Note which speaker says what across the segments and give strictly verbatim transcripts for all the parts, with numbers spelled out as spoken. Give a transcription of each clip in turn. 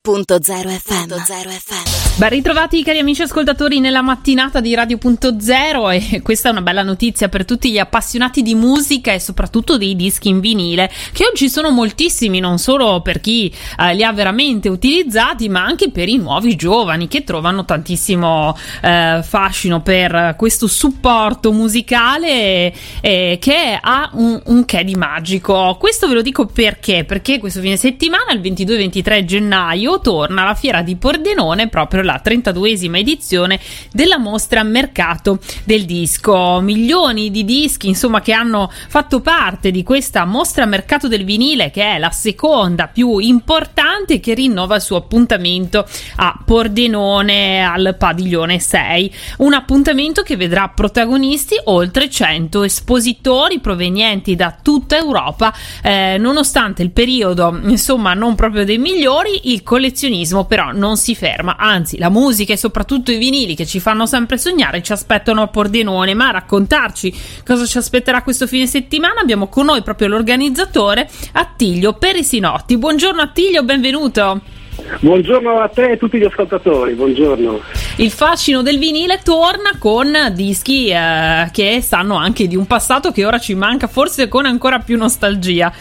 Speaker 1: Punto zero F M.
Speaker 2: Ben ritrovati cari amici ascoltatori nella mattinata di Radio Punto Zero, e questa è una bella notizia per tutti gli appassionati di musica e soprattutto dei dischi in vinile, che oggi sono moltissimi, non solo per chi eh, li ha veramente utilizzati, ma anche per i nuovi giovani che trovano tantissimo eh, fascino per questo supporto musicale eh, che ha un, un che di magico. Questo ve lo dico perché? Perché questo fine settimana, il ventidue ventitré gennaio, torna alla Fiera di Pordenone proprio la trentaduesima edizione della mostra Mercato del Disco. Milioni di dischi, insomma, che hanno fatto parte di questa mostra Mercato del Vinile, che è la seconda più importante, che rinnova il suo appuntamento a Pordenone al padiglione sei. Un appuntamento che vedrà protagonisti oltre cento espositori provenienti da tutta Europa, eh, nonostante il periodo, insomma, non proprio dei migliori. Il collezionismo però non si ferma, anzi la musica e soprattutto i vinili che ci fanno sempre sognare ci aspettano a Pordenone. Ma a raccontarci cosa ci aspetterà questo fine settimana abbiamo con noi proprio l'organizzatore Attilio Perisinotti. Buongiorno Attilio, benvenuto.
Speaker 3: Buongiorno a te e a tutti gli ascoltatori, buongiorno.
Speaker 2: Il fascino del vinile torna con dischi eh, che sanno anche di un passato che ora ci manca, forse con ancora più nostalgia.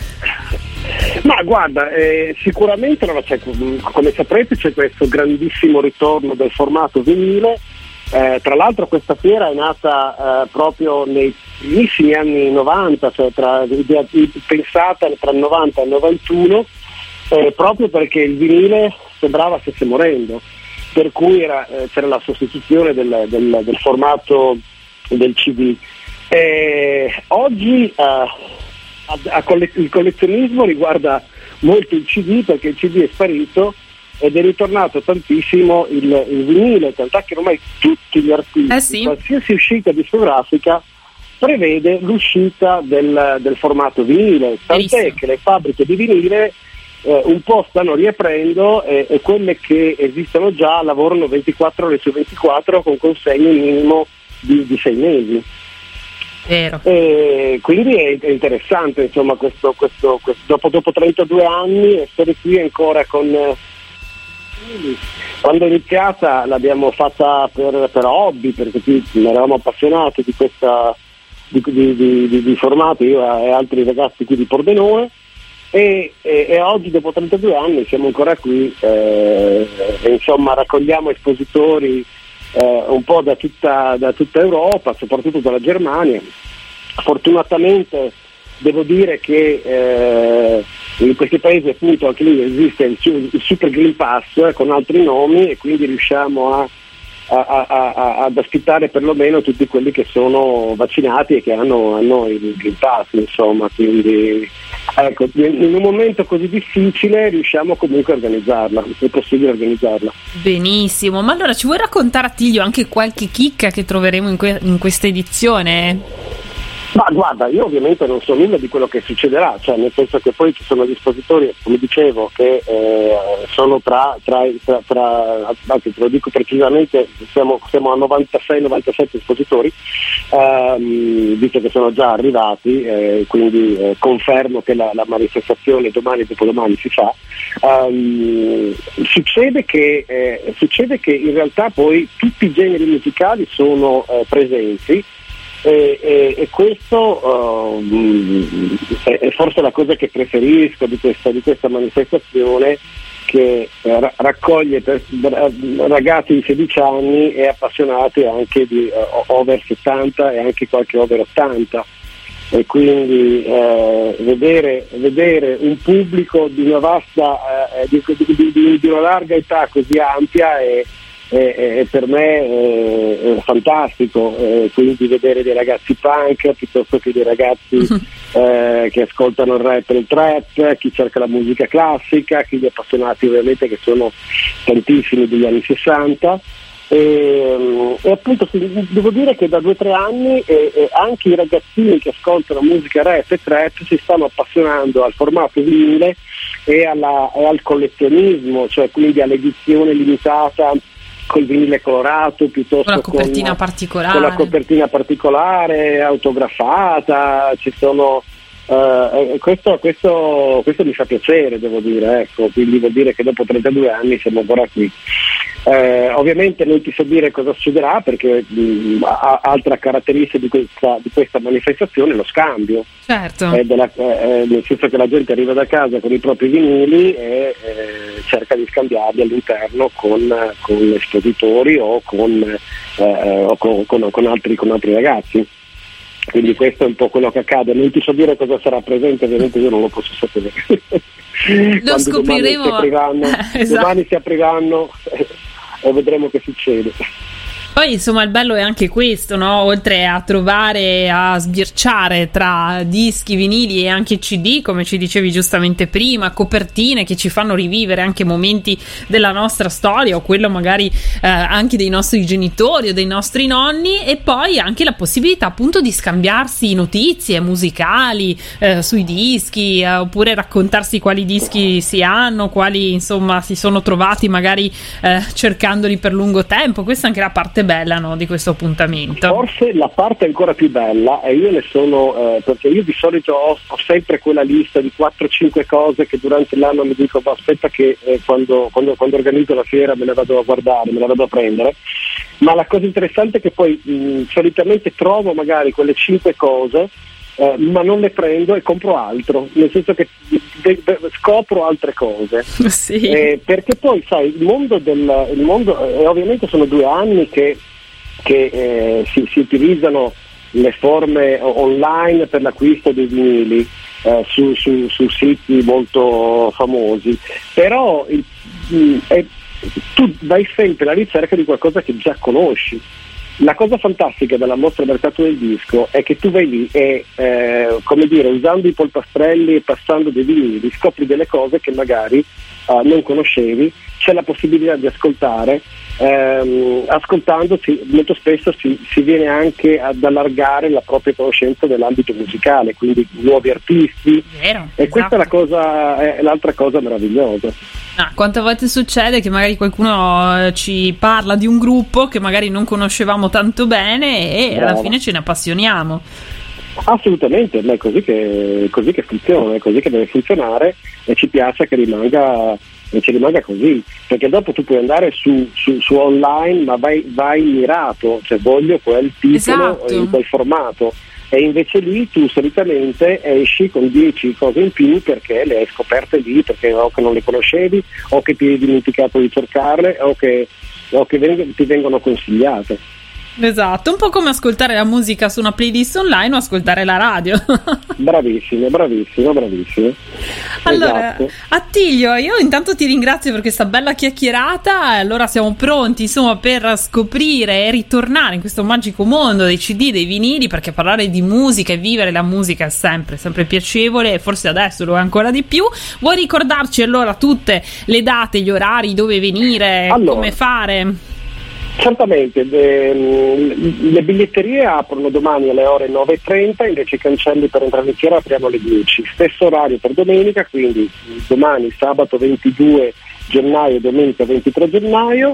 Speaker 3: Ma guarda, eh, sicuramente allora, c'è, come saprete c'è questo grandissimo ritorno del formato vinile. Eh, tra l'altro questa fiera è nata eh, proprio nei primissimi anni novanta, cioè tra, pensata tra il novanta e il novantuno, eh, proprio perché il vinile sembrava stesse morendo, per cui era, eh, c'era la sostituzione del, del, del formato del C D. Eh, oggi eh, a, a coll- il collezionismo riguarda molto il C D, perché il C D è sparito ed è ritornato tantissimo il, il vinile, tant'è che ormai tutti gli artisti,
Speaker 2: eh sì.
Speaker 3: qualsiasi uscita discografica prevede l'uscita del, del formato vinile, tant'è
Speaker 2: Verissimo.
Speaker 3: che le fabbriche di vinile eh, un po' stanno riaprendo e, e quelle che esistono già lavorano ventiquattro ore su ventiquattro con consegne minimo di, di sei mesi.
Speaker 2: Vero.
Speaker 3: E quindi è, è interessante, insomma, questo, questo, questo dopo, dopo trentadue anni essere qui ancora con eh, quando è iniziata l'abbiamo fatta per, per hobby, perché qui eravamo appassionati di questa di, di, di, di, di formati, io e altri ragazzi qui di Pordenone, e, e, e oggi dopo trentadue anni siamo ancora qui eh, e insomma raccogliamo espositori Eh, un po' da tutta, da tutta Europa, soprattutto dalla Germania. Fortunatamente devo dire che eh, in questi paesi appunto anche lì esiste il, il Super Green Pass eh, con altri nomi, e quindi riusciamo a, a, a, a, ad ospitare perlomeno tutti quelli che sono vaccinati e che hanno, hanno il Green Pass, insomma, quindi ecco, in un momento così difficile riusciamo comunque a organizzarla, è possibile organizzarla.
Speaker 2: Benissimo, ma allora ci vuoi raccontare Attilio anche qualche chicca che troveremo in, que- in questa edizione?
Speaker 3: Ma guarda, io ovviamente non so nulla di quello che succederà, cioè nel senso che poi ci sono gli espositori, come dicevo, che eh, sono tra, tra, tra, tra anzi te lo dico precisamente, siamo, siamo a novantasei novantasette espositori, ehm, visto che sono già arrivati, eh, quindi eh, confermo che la, la manifestazione domani e dopodomani si fa. Um, succede, che, eh, succede che in realtà poi tutti i generi musicali sono eh, presenti. E, e, e questo uh, è, è forse la cosa che preferisco di questa, di questa manifestazione, che eh, ra- raccoglie per, ragazzi di sedici anni e appassionati anche di uh, over settanta e anche qualche over ottanta, e quindi eh, vedere, vedere un pubblico di una vasta eh, di, di, di, di una larga età così ampia è E, e per me è, è fantastico, eh, quindi vedere dei ragazzi punk piuttosto che dei ragazzi eh, che ascoltano il rap e il trap, chi cerca la musica classica, chi gli appassionati ovviamente che sono tantissimi degli anni sessanta, e, e appunto devo dire che da due o tre anni e, e anche i ragazzini che ascoltano musica rap e trap si stanno appassionando al formato vinile e, alla, e al collezionismo, cioè quindi all'edizione limitata col vinile colorato piuttosto
Speaker 2: con la copertina
Speaker 3: con,
Speaker 2: particolare
Speaker 3: con la copertina particolare autografata. Ci sono Uh, questo, questo, questo mi fa piacere, devo dire, ecco, quindi vuol dire che dopo trentadue anni siamo ancora qui. Uh, ovviamente non ti so dire cosa succederà, perché mh, a, altra caratteristica di questa, di questa manifestazione è lo scambio.
Speaker 2: Certo.
Speaker 3: È della, è, nel senso che la gente arriva da casa con i propri vinili e eh, cerca di scambiarli all'interno con, con espositori o con, eh, o con, con, con, altri, con altri ragazzi. Quindi questo è un po' quello che accade. Non ti so dire cosa sarà presente, ovviamente io non lo posso sapere.
Speaker 2: Lo scopriremo.
Speaker 3: Domani si apriranno,
Speaker 2: esatto.
Speaker 3: domani si apriranno e vedremo che succede.
Speaker 2: Poi insomma il bello è anche questo, no? Oltre a trovare, a sbirciare tra dischi, vinili e anche C D, come ci dicevi giustamente prima, copertine che ci fanno rivivere anche momenti della nostra storia o quello magari eh, anche dei nostri genitori o dei nostri nonni, e poi anche la possibilità appunto di scambiarsi notizie musicali eh, sui dischi, eh, oppure raccontarsi quali dischi si hanno, quali insomma si sono trovati magari eh, cercandoli per lungo tempo. Questa è anche la parte bella, no, di questo appuntamento.
Speaker 3: Forse la parte ancora più bella, e io ne sono eh, perché io di solito ho, ho sempre quella lista di quattro cinque cose che durante l'anno mi dico ma aspetta che eh, quando, quando, quando organizzo la fiera me le vado a guardare, me le vado a prendere, ma la cosa interessante è che poi mh, solitamente trovo magari quelle cinque cose eh, ma non le prendo e compro altro, nel senso che de- de- scopro altre cose.
Speaker 2: Sì.
Speaker 3: Eh, perché poi sai il mondo del il mondo eh, ovviamente sono due anni che, che eh, si, si utilizzano le forme online per l'acquisto dei vinili eh, su, su, su siti molto famosi, però il, mh, è, tu vai sempre alla ricerca di qualcosa che già conosci. La cosa fantastica della mostra mercato del disco è che tu vai lì e, eh, come dire, usando i polpastrelli e passando dei vinili, scopri delle cose che magari uh, non conoscevi, c'è la possibilità di ascoltare, ehm, ascoltandosi molto spesso si, si viene anche ad allargare la propria conoscenza nell'ambito musicale, quindi nuovi artisti.
Speaker 2: Vero,
Speaker 3: e
Speaker 2: esatto.
Speaker 3: Questa è la cosa, è l'altra cosa meravigliosa.
Speaker 2: Ah, quante volte succede che magari qualcuno ci parla di un gruppo che magari non conoscevamo tanto bene e
Speaker 3: Brava.
Speaker 2: alla fine ce ne appassioniamo.
Speaker 3: Assolutamente, ma è così che, così che funziona, è così che deve funzionare, e ci piace che rimanga, e ci rimanga così, perché dopo tu puoi andare su, su, su online, ma vai, vai mirato, cioè voglio quel titolo
Speaker 2: Esatto.
Speaker 3: in quel formato, e invece lì tu solitamente esci con dieci cose in più perché le hai scoperte lì, perché o che non le conoscevi o che ti hai dimenticato di cercarle o che, o che veng- ti vengono consigliate.
Speaker 2: Esatto, un po' come ascoltare la musica su una playlist online o ascoltare la radio.
Speaker 3: Bravissime, bravissime, bravissime.
Speaker 2: Allora,
Speaker 3: Esatto.
Speaker 2: Attilio, io intanto ti ringrazio per questa bella chiacchierata. Allora siamo pronti insomma per scoprire e ritornare in questo magico mondo dei C D, dei vinili, perché parlare di musica e vivere la musica è sempre, sempre piacevole, e forse adesso lo è ancora di più. Vuoi ricordarci allora tutte le date, gli orari, dove venire,
Speaker 3: allora,
Speaker 2: come fare?
Speaker 3: Certamente, le, le biglietterie aprono domani alle ore nove e trenta, invece i cancelli per entrare in fiera apriamo alle dieci. Stesso orario per domenica, quindi domani sabato ventidue gennaio e domenica ventitré gennaio.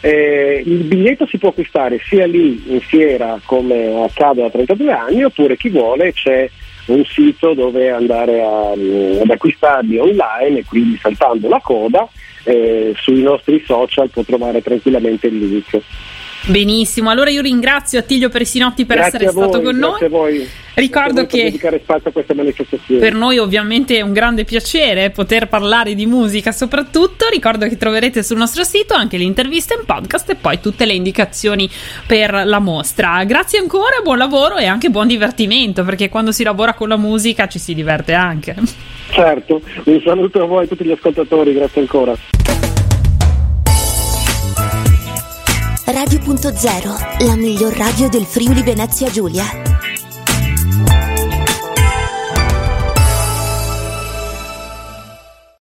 Speaker 3: Eh, il biglietto si può acquistare sia lì in fiera come accade da trentadue anni, oppure chi vuole c'è un sito dove andare a, ad acquistarli online, e quindi saltando la coda eh, sui nostri social può trovare tranquillamente il link.
Speaker 2: Benissimo, allora io ringrazio Attilio Perisinotti per
Speaker 3: Grazie
Speaker 2: essere
Speaker 3: a voi,
Speaker 2: stato con noi.
Speaker 3: grazie a voi.
Speaker 2: Ricordo
Speaker 3: Grazie a voi per
Speaker 2: che
Speaker 3: dedicare spazio a questa manifestazione.
Speaker 2: per noi ovviamente è un grande piacere poter parlare di musica soprattutto. Ricordo che troverete sul nostro sito anche le interviste in podcast e poi tutte le indicazioni per la mostra. Grazie ancora, buon lavoro e anche buon divertimento, perché quando si lavora con la musica ci si diverte anche.
Speaker 3: Certo, un saluto a voi, a tutti gli ascoltatori, grazie ancora.
Speaker 1: Radio punto zero, la miglior radio del Friuli Venezia Giulia.